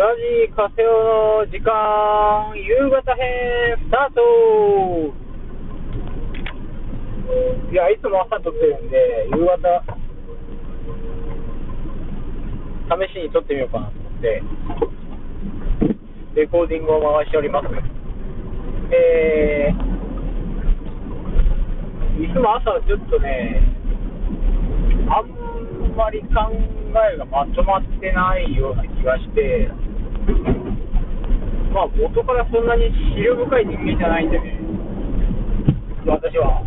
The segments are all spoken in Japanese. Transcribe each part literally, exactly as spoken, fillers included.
ラジカセオの時間、夕方編スタート。いや、いつも朝撮ってるんで、夕方試しに撮ってみようかなと思ってレコーディングを回しております。えー、いつも朝ちょっとね、あんまり考えがまとまってないような気がして、まあ元からそんなに資料深い人間じゃないんでね、私は。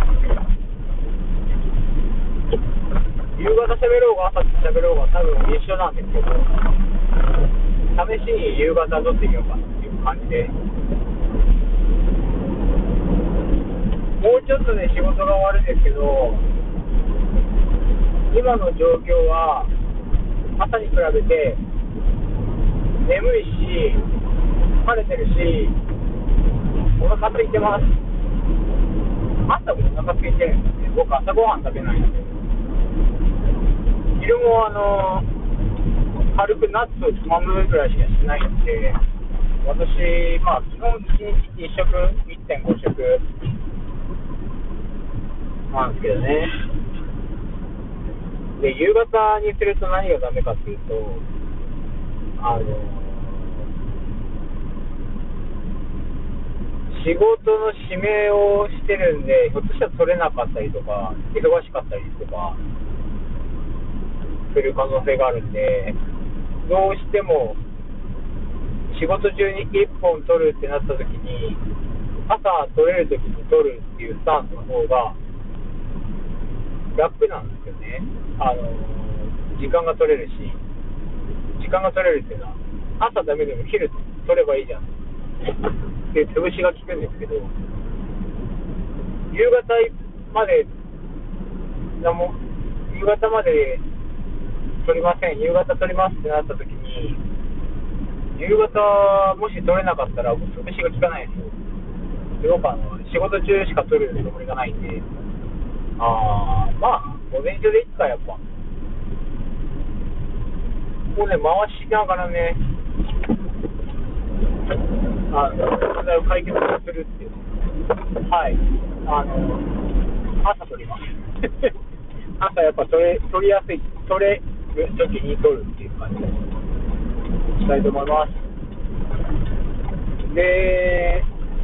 夕方喋ろうが朝喋ろうが多分一緒なんですけど、試しに夕方撮ってみようかなっていう感じで。もうちょっとで仕事が終わるんですけど、今の状況は朝に比べて眠いし、晴れてるし、お腹空いてます。朝もお腹空いてるんですね。僕朝ごはん食べないので、昼もあの軽くナッツをつまむぐらいしかしないんで、私、まあ基本いちにちいっ食 いってんご 食なんですけどね。で、夕方にすると何がダメかっていうと、あの仕事の指名をしてるんで、ひょっとしたら取れなかったりとか、忙しかったりとかする可能性があるんで、どうしても仕事中にいっぽん取るってなった時に、朝取れる時に取るっていうスタンスの方が楽なんですよね。あの時間が取れるし、時間が取れるっていうのは朝ダメでも昼取ればいいじゃんっていう潰しが効くんですけど、夕方までも夕方まで取りません、夕方取りますってなった時に、夕方もし取れなかったら潰しが効かないんですよ。で、僕はあの仕事中しか取るつもりがないんで、あー、まあ午前中でいいか。やっぱこうね、回しながらね、あの問題を解決するっていう。はい、あの朝取ります朝やっぱ取れ取りやすい、取れる時に取るっていう感じでしたいと思います。で、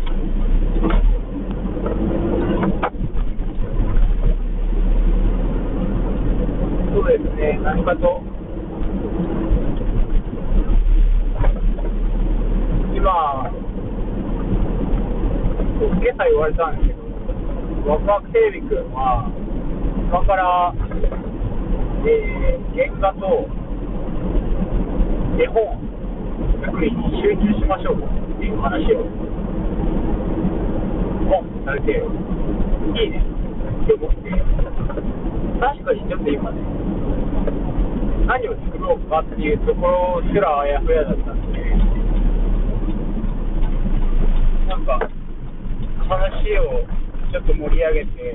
そうですね、何かと今今朝言われたんですけど、ワクワクテレビくんは今から、えー、原画と絵本作りに集中しましょうっていう話を本されて、いいねって思って、確かにちょっと今ね、何を作ろうかっていうところすらあやふやだったんで、なんか話をちょっと盛り上げて、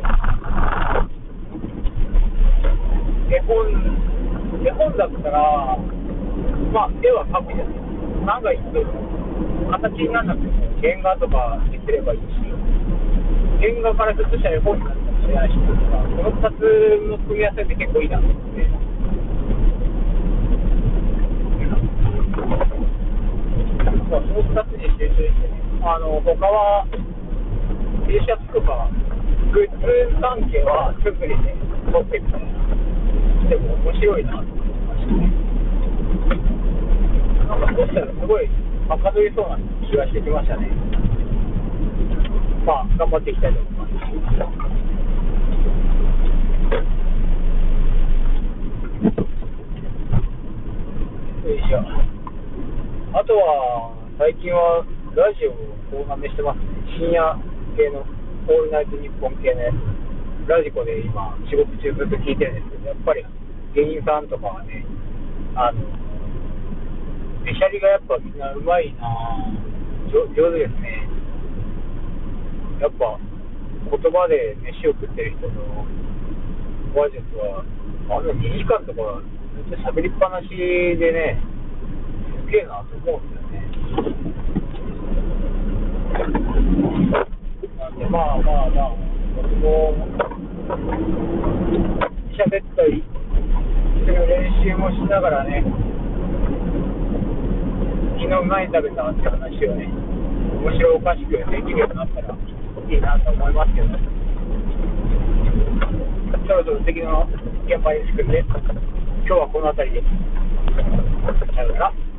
絵本絵本だったら、まあ絵は描くじゃないですか。なんか一つ形にならなくても原画とかできればいいし、原画からちょっとした絵本になるかもしれないしとか、このふたつの組み合わせって結構いいなと思って、まあ、そのふたつに集中してね、あの他は T シャツとかグッズ関係は特にね撮ってみたいな、でも面白いなと思いましたね。なんかそうしたらすごいはかどりそうな気がしてきましたね。まあ頑張っていきたいと思います。よいしょ。あとは最近はラジオを大なめしてますね。深夜系のオールナイトニッポン系のやつ、ラジコで今仕事中ずっと聞いてるんですけど、やっぱり芸人さんとかはね、あのべしゃりがやっぱみんなうまいな、上手ですね。やっぱ言葉で飯を食ってる人の話術は、あのにじかんとかずっと喋りっぱなしでね、 げえなと思うんだよね。なんで、まあまあまあ、僕も喋ったりする練習もしながらね、昨日何食べたって話をね、面白おかしくできるようになったらいいなと思いますけど、そろそろ次の現場に着くんで、今日はこの辺りで。さようなら。